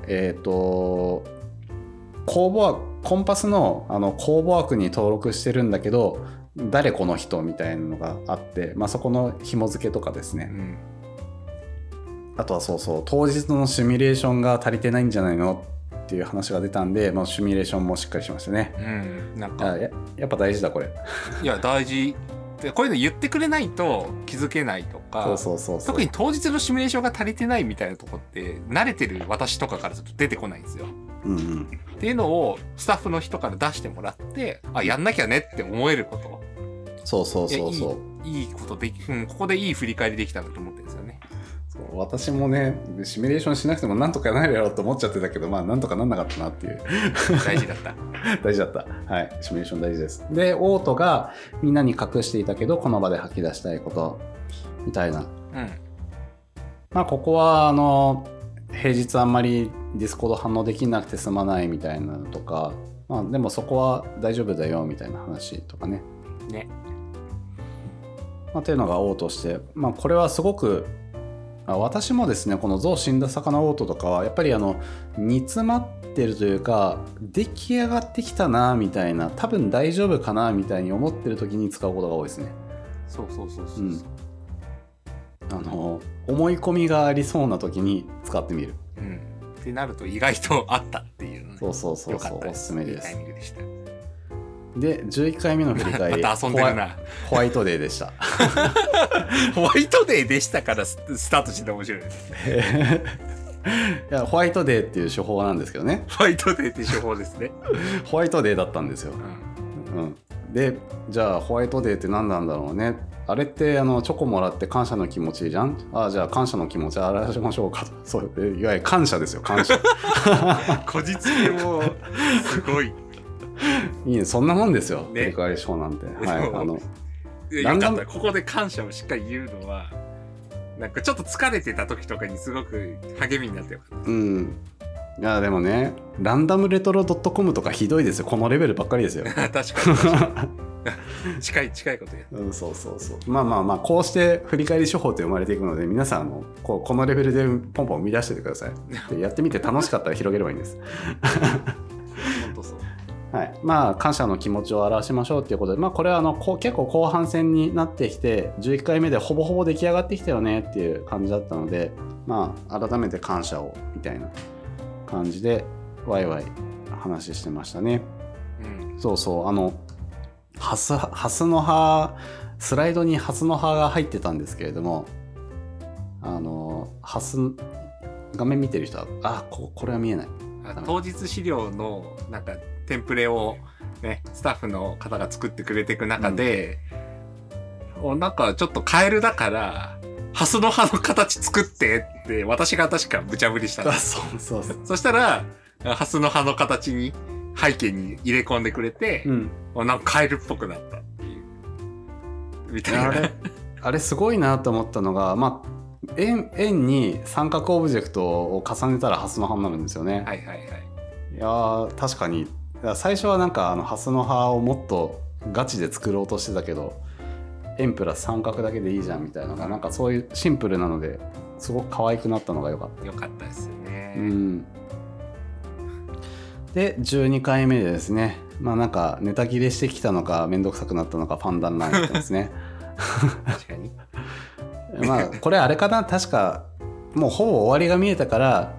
コンパスの公募枠に登録してるんだけど、誰この人みたいなのがあって、そこの紐付けとかですね、あとは当日のシミュレーションが足りてないんじゃないのっていう話が出たんで、シミュレーションもしっかりしましたね。なんかやっぱ大事だこれ。 いや大事でこういうの言ってくれないと気づけないとか、特に当日のシミュレーションが足りてないみたいなとこって慣れてる私とかからすると出てこないんですよ。っていうのをスタッフの人から出してもらって、あ、やんなきゃねって思えること。いいことで、ここでいい振り返りできたんだと思ってるんですよね。 私もね、シミュレーションしなくてもなんとかなるやろうと思っちゃってたけど、まあなんとかなんなかったなっていう。 大事だった大事だった。はい、シミュレーション大事です。で、オートがみんなに隠していたけどこの場で吐き出したいことみたいな。まあここは平日あんまりディスコード反応できなくて済まないみたいなのとか、まあでもそこは大丈夫だよみたいな話とかね。まあ、っていうのがオートして、まあこれはすごく私もですね、この象死んだ魚オートとかはやっぱり煮詰まってるというか、出来上がってきたなみたいな、多分大丈夫かなみたいに思ってる時に使うことが多いですね。思い込みがありそうな時に使ってみる。 ってなると意外とあったっていうのね。 よかったです。おすすめです。 いいタイミングでした。 で、11回目の振り返りまた遊んでるな。 ホワイトデーでした。 ホワイトデーでしたからスタートして面白いです。 いや、ホワイトデーっていう手法なんですけどね。 ホワイトデーっていう手法ですね。 ホワイトデーだったんですよ。で、じゃあホワイトデーって何なんだろうね。あれってチョコもらって感謝の気持ちじゃん。じゃあ感謝の気持ち表しましょうかと。そう、いわゆる感謝ですよ、感謝。 こじつけもすごい。 いいね、そんなもんですよ。振り返りショーなんて。 よかった。ここで感謝をしっかり言うのは、なんかちょっと疲れてた時とかにすごく励みになってよかった。 いやでもね、ランダムレトロ .com とかひどいですよ。このレベルばっかりですよ。 確かに。近いことや。 そう。まあ、こうして振り返り手法って生まれていくので、皆さんこのレベルでポンポン生み出しててください。でやってみて楽しかったら広げればいいんです。 本当そう。 はい、まあ感謝の気持ちを表しましょうっていうことで、まあこれは結構後半戦になってきて11回目でほぼほぼ出来上がってきたよねっていう感じだったので、まあ改めて感謝をみたいな感じでワイワイ話してましたね。ハスの葉、スライドにハスの葉が入ってたんですけれども、ハス画面見てる人はこれは見えない。 当日資料のなんかテンプレをね、スタッフの方が作ってくれていく中で、なんかちょっとカエルだからハスの葉の形作ってって私が確か無茶ぶりしたんです。そしたらハスの葉の形に背景に入れ込んでくれて、なんかカエルっぽくなったっていうみたいな。 あれすごいなと思ったのが、まあ円に三角オブジェクトを重ねたらハスの葉になるんですよね。いや確かに最初はなんかハスの葉をもっとガチで作ろうとしてたけど、円プラス三角だけでいいじゃんみたいなのが、なんかそういうシンプルなのですごく可愛くなったのが良かった。 良かったですよね。 で12回目でですね、まあなんかネタ切れしてきたのかめんどくさくなったのかファンダンラインってますね。 確かに。 まあこれあれかな、確かもうほぼ終わりが見えたから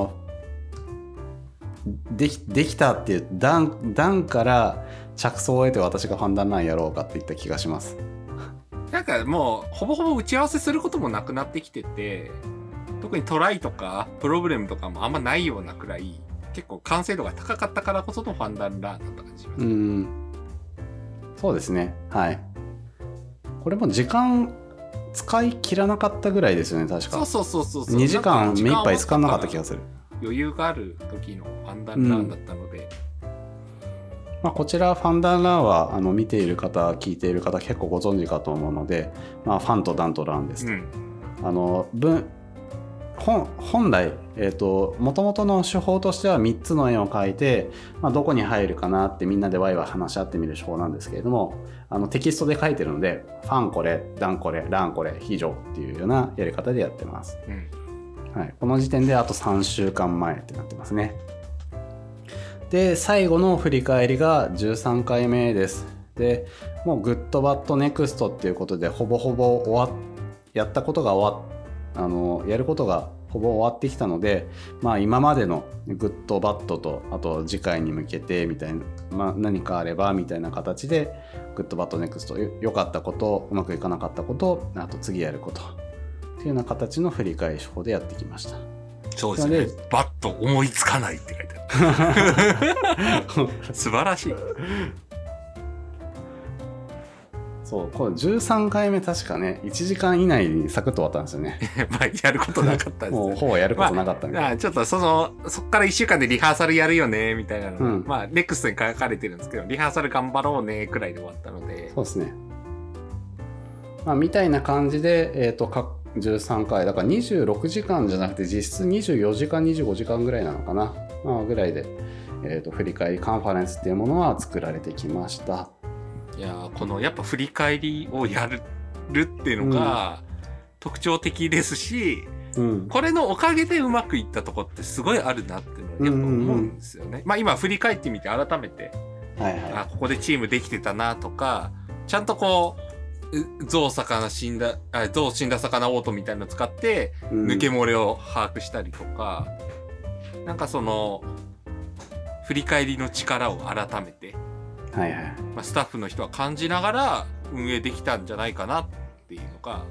できたっていう段から着想を得て私がファンダンラインやろうかっていった気がします。 なんかもうほぼほぼ打ち合わせすることもなくなってきてて、特にトライとかプロブレムとかもあんまないようなくらい結構完成度が高かったからこそのファンダンラーだった感じします。 そうですね。はい。これも時間使い切らなかったぐらいですよね、確か。 そう 2時間目いっぱい使わなかった気がする。 余裕がある時のファンダンラーだったので、 まあ、こちらファンダンラーは見ている方聞いている方結構ご存知かと思うので、まあ、ファンとダンとランですと、本来もともとの手法としては3つの円を描いて、まあ、どこに入るかなってみんなでワイワイ話し合ってみる手法なんですけれども、テキストで書いてるのでファンこれダンこれランこれ非常っていうようなやり方でやってます、はい、この時点であと3週間前ってなってますね。で最後の振り返りが13回目です。でもうグッドバッドネクストっていうことでほぼほぼやったことがやることがほぼ終わってきたので、今までのグッドバッドと、あと次回に向けてみたいな、何かあればみたいな形でグッドバッドネクスト、良かったこと、うまくいかなかったこと、あと次やることっていうような形の振り返り手法でやってきました。 そうですね。バッと思いつかないって書いてある。素晴らしい。 そう、これ13回目確かね、1時間以内にサクッと終わったんですよね。 やることなかったです、 もうほぼやることなかったみたいな。 ちょっとそっから1週間でリハーサルやるよね、みたいなのが、ネクストに書かれてるんですけど、リハーサル頑張ろうね、くらいで終わったので。 そうですね。みたいな感じで、各13回、だから26時間じゃなくて、実質24時間、25時間ぐらいなのかな。ぐらいで、振り返りカンファレンスっていうものは作られてきました。 いやこのやっぱ振り返りをやるっていうのが特徴的ですし、これのおかげでうまくいったとこってすごいあるなっていうのはやっぱ思うんですよね。今振り返ってみて改めて、ここでチームできてたなとか、ちゃんとこう象死んだ魚オートみたいなの使って抜け漏れを把握したりとか、なんかその振り返りの力を改めてスタッフの人は感じながら運営できたんじゃないかなっていうのが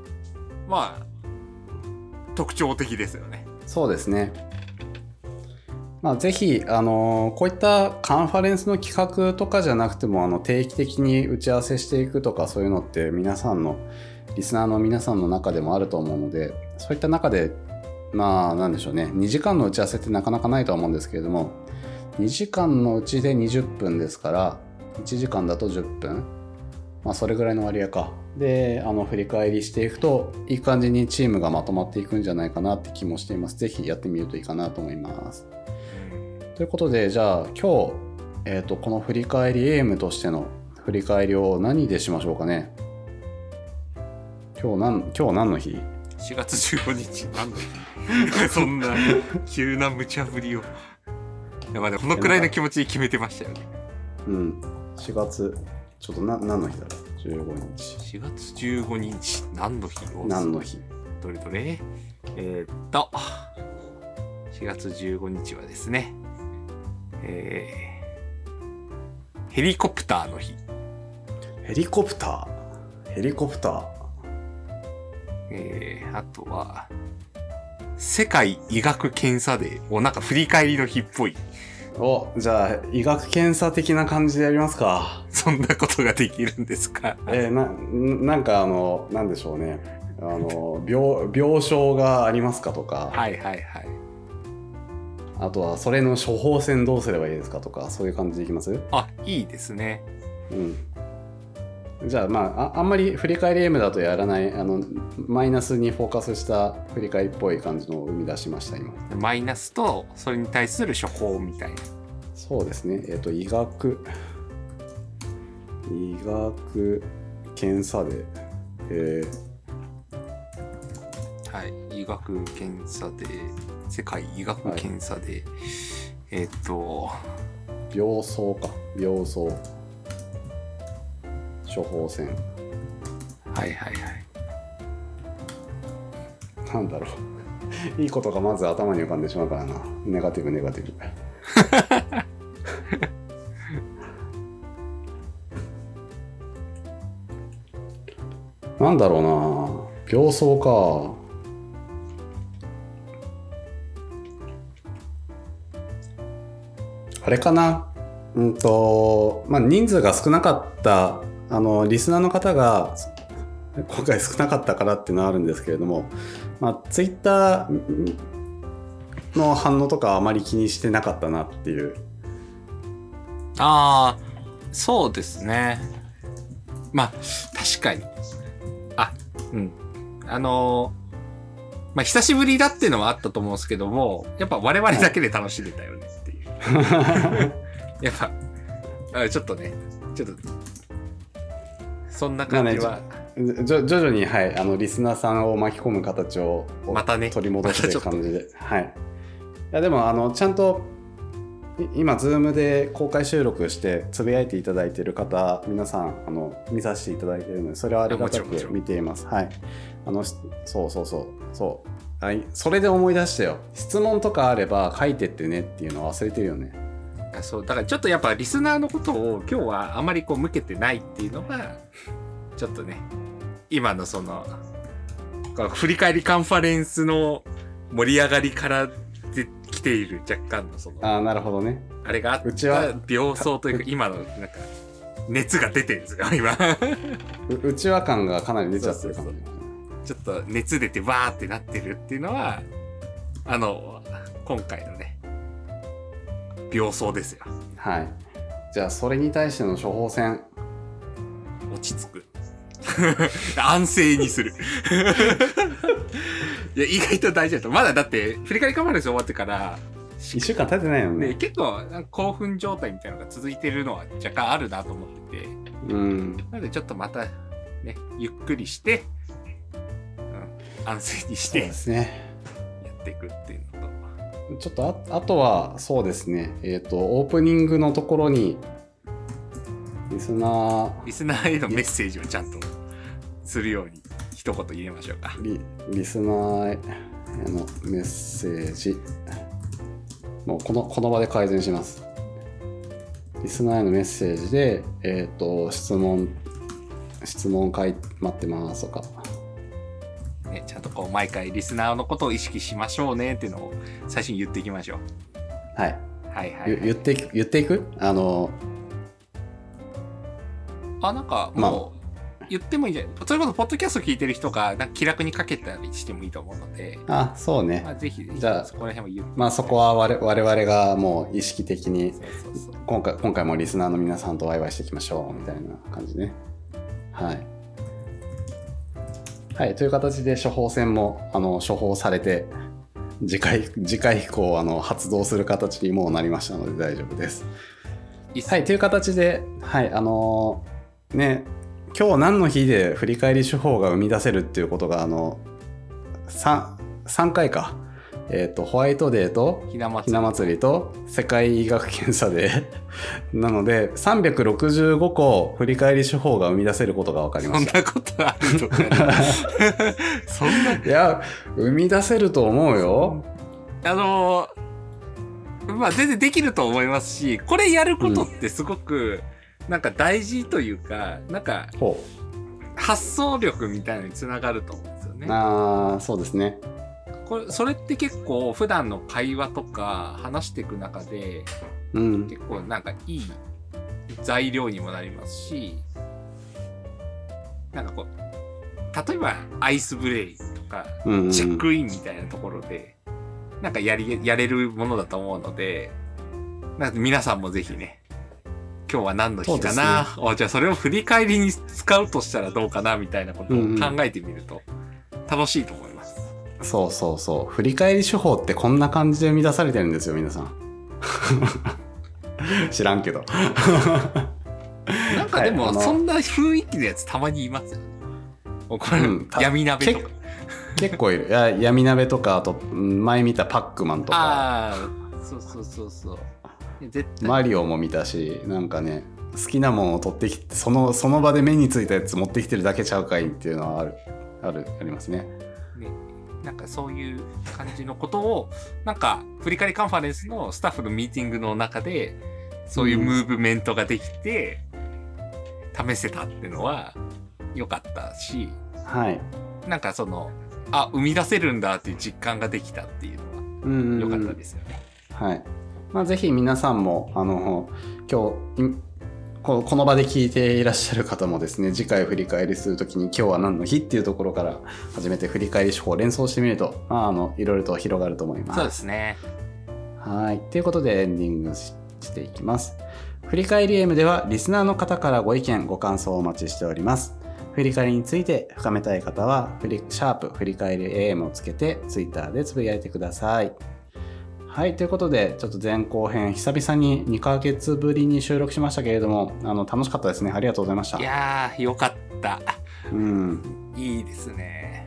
特徴的ですよね。 そうですね。ぜひこういったカンファレンスの企画とかじゃなくても定期的に打ち合わせしていくとか、そういうのって皆さんのリスナーの皆さんの中でもあると思うので、そういった中でなんでしょうね、2時間の打ち合わせってなかなかないとは思うんですけれども、2時間のうちで20分ですから、1時間だと10分、それぐらいの割合かで振り返りしていくと、いい感じにチームがまとまっていくんじゃないかなって気もしています。ぜひやってみるといいかなと思います。ということで、じゃあ今日、この振り返りエイムとしての振り返りを何でしましょうかね。今日何の日 ？4月15日何の日そんな急な無茶ぶりを。このくらいの気持ちで決めてましたよね。 4月ちょっと何の日だろう。15日。 4月15日何の日？ 何の日？ どれ4月15日はですね、ヘリコプターの日。 ヘリコプター。 あとは世界医学検査デー。なんか振り返りの日っぽい。 じゃあ医学検査的な感じでやりますか。 そんなことができるんですか？ なんかなんでしょうね。病床がありますかとか。あとはそれの処方箋どうすればいいですかとか、そういう感じでいきます？ いいですね。 じゃああんまり振り返りエイムだとやらないマイナスにフォーカスした振り返りっぽい感じのを生み出しました今。 マイナスとそれに対する処方みたいな。 そうですね。医学検査で、 医学検査で世界医学検査で、 病巣処方箋。なんだろういいことがまず頭に浮かんでしまうからな。ネガティブなんだろうな。病巣か。あれかな。人数が少なかったリスナーの方が今回少なかったからっていうのはあるんですけれども、ツイッターの反応とかはあまり気にしてなかったなっていう。 そうですね。確かに。久しぶりだっていうのはあったと思うんですけども、やっぱ我々だけで楽しんでたよねっていう。やっぱちょっとそんな感じは、 徐々にリスナーさんを巻き込む形をまたね取り戻していく感じで、いやでもちゃんと今 Zoom で公開収録してつぶやいていただいている方皆さん見させていただいているのでそれはありがたく見ています。はい、そうはい、それで思い出したよ。質問とかあれば書いてってねっていうの忘れてるよね。 そうだからちょっとやっぱリスナーのことを今日はあまりこう向けてないっていうのがちょっとね今のその振り返りカンファレンスの盛り上がりからで来ている若干のそのなるほどね。 あれがあった病巣というか今のなんか熱が出てるんですよ今内輪感がかなり出ちゃってるかもね。 ちょっと熱出てバーってなってるっていうのは今回のね病巣ですよ。 はい。じゃあそれに対しての処方箋。 落ち着く安静にするいや意外と大事だと。まだだって振り返りカンファレンス終わってから 1週間経ってないよね。 で結構興奮状態みたいなのが続いてるのは若干あるなと思ってて、なのでちょっとまたねゆっくりして、安静にしてそうですねやっていくっていうのと。 ちょっとあとはそうですねオープニングのところにリスナーへのメッセージをちゃんとするように一言入れましょうか。 リスナーへのメッセージもうこの場で改善します。リスナーへのメッセージで質問待ってますとかね、ちゃんとこう毎回リスナーのことを意識しましょうねっていうのを最初に言っていきましょう。 はいはいはい、はい、 言っていくなんかもう言ってもいいんじゃない。それこそポッドキャスト聞いてる人がなんか気楽にかけたりしてもいいと思うので。 そうね。 ぜひじゃあそこら辺は言ってそこは我々がもう意識的に今回もリスナーの皆さんとワイワイしていきましょうみたいな感じね。はいはい、という形で処方箋も処方されて次回以降発動する形にもうなりましたので大丈夫です。はい、という形で、はいね、今日何の日で振り返り手法が生み出せるっていうことが3回か、ホワイトデーとひな祭りと世界医学検査でなので365個振り返り手法が生み出せることが分かりました。 そんなことあるのかなそんないや生み出せると思うよ。 全然できると思いますし、これやることってすごくなんか大事というか、なんか発想力みたいなのにつながると思うんですよね。 そうですね。 それって結構普段の会話とか話していく中で、結構なんかいい材料にもなりますし、なんかこう例えばアイスブレイとか、チェックインみたいなところでなんかやれるものだと思うので、なんか皆さんもぜひね、今日は何の日かな、じゃあそれを振り返りに使うとしたらどうかなみたいなことを考えてみると楽しいと思います。 そう振り返り手法ってこんな感じで生み出されてるんですよ皆さん知らんけどなんかでもそんな雰囲気のやつたまにいますよね。これ、闇鍋とか結構いる。闇鍋とか、あと前見たパックマンとか、 そう絶対マリオも見たし、なんかね好きなものを取ってきてその場で目についたやつ持ってきてるだけちゃうかいっていうのはありますね。 なんかそういう感じのことをなんか振り返りカンファレンスのスタッフのミーティングの中でそういうムーブメントができて試せたっていうのは良かったし、なんかその生み出せるんだっていう実感ができたっていうのは良かったですよね。 ぜひ皆さんも今日この場で聞いていらっしゃる方もですね、次回振り返りするときに今日は何の日っていうところから始めて振り返り手法を連想してみると、いろいろと広がると思います。 そうですね。 ということでエンディングしていきます。振り返り AM ではリスナーの方からご意見ご感想をお待ちしております。振り返りについて深めたい方はシャープ振り返り AM をつけて Twitter でつぶやいてください。ということでちょっと前後編久々に2ヶ月ぶりに収録しましたけれども楽しかったですね。ありがとうございました。 いやーよかった。いいですね。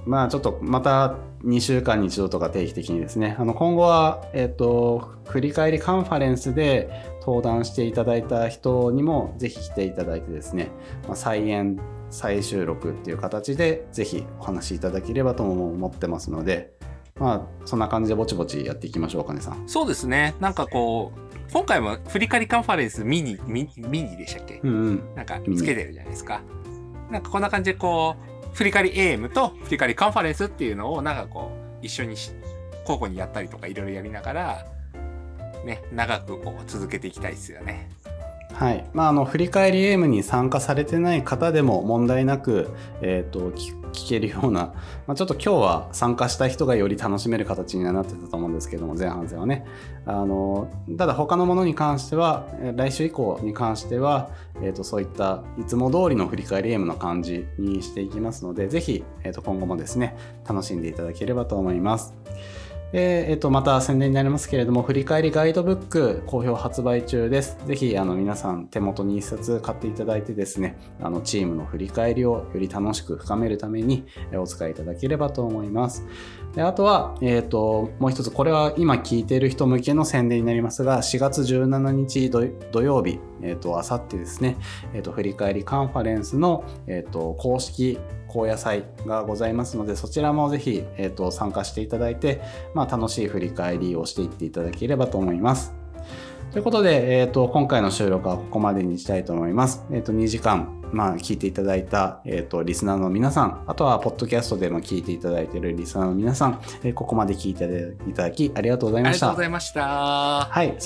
まあちょっとまた2週間に1度とか定期的にですね、今後は、振り返りカンファレンスで登壇していただいた人にもぜひ来ていただいてですね、再演再収録っていう形でぜひお話しいただければとも思ってますので、まあそんな感じでぼちぼちやっていきましょうかねさん。 そうですね。なんかこう今回も振り返りカンファレンスミニでしたっけ？なんかつけてるじゃないですか。なんかこんな感じでこう振り返り AM と振り返りカンファレンスっていうのをなんかこう一緒に交互にやったりとかいろいろやりながらね、長くこう続けていきたいですよね。 はい。振り返り AM に参加されてない方でも問題なく、聞けるような、ちょっと今日は参加した人がより楽しめる形になってたと思うんですけども、前半戦はね。ただ他のものに関しては、来週以降に関しては、そういったいつも通りの振り返り AM の感じにしていきますので、ぜひ、今後もですね、楽しんでいただければと思います。また宣伝になりますけれども、振り返りガイドブック好評発売中です。ぜひ皆さん手元に一冊買っていただいてですね、チームの振り返りをより楽しく深めるためにお使いいただければと思います。であとは、もう一つ、これは今聞いている人向けの宣伝になりますが、4月17日土曜日、あさってですね、振り返りカンファレンスの、公式高野祭がございますので、そちらもぜひ、参加していただいて、楽しい振り返りをしていっていただければと思います。ということで、今回の収録はここまでにしたいと思います。2時間、聞いていただいた、リスナーの皆さん、あとはポッドキャストでも聞いていただいているリスナーの皆さん、ここまで聞いていただきありがとうございました。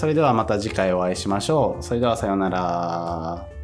ありがとうございました。 はい、それではまた次回お会いしましょう。それではさようなら。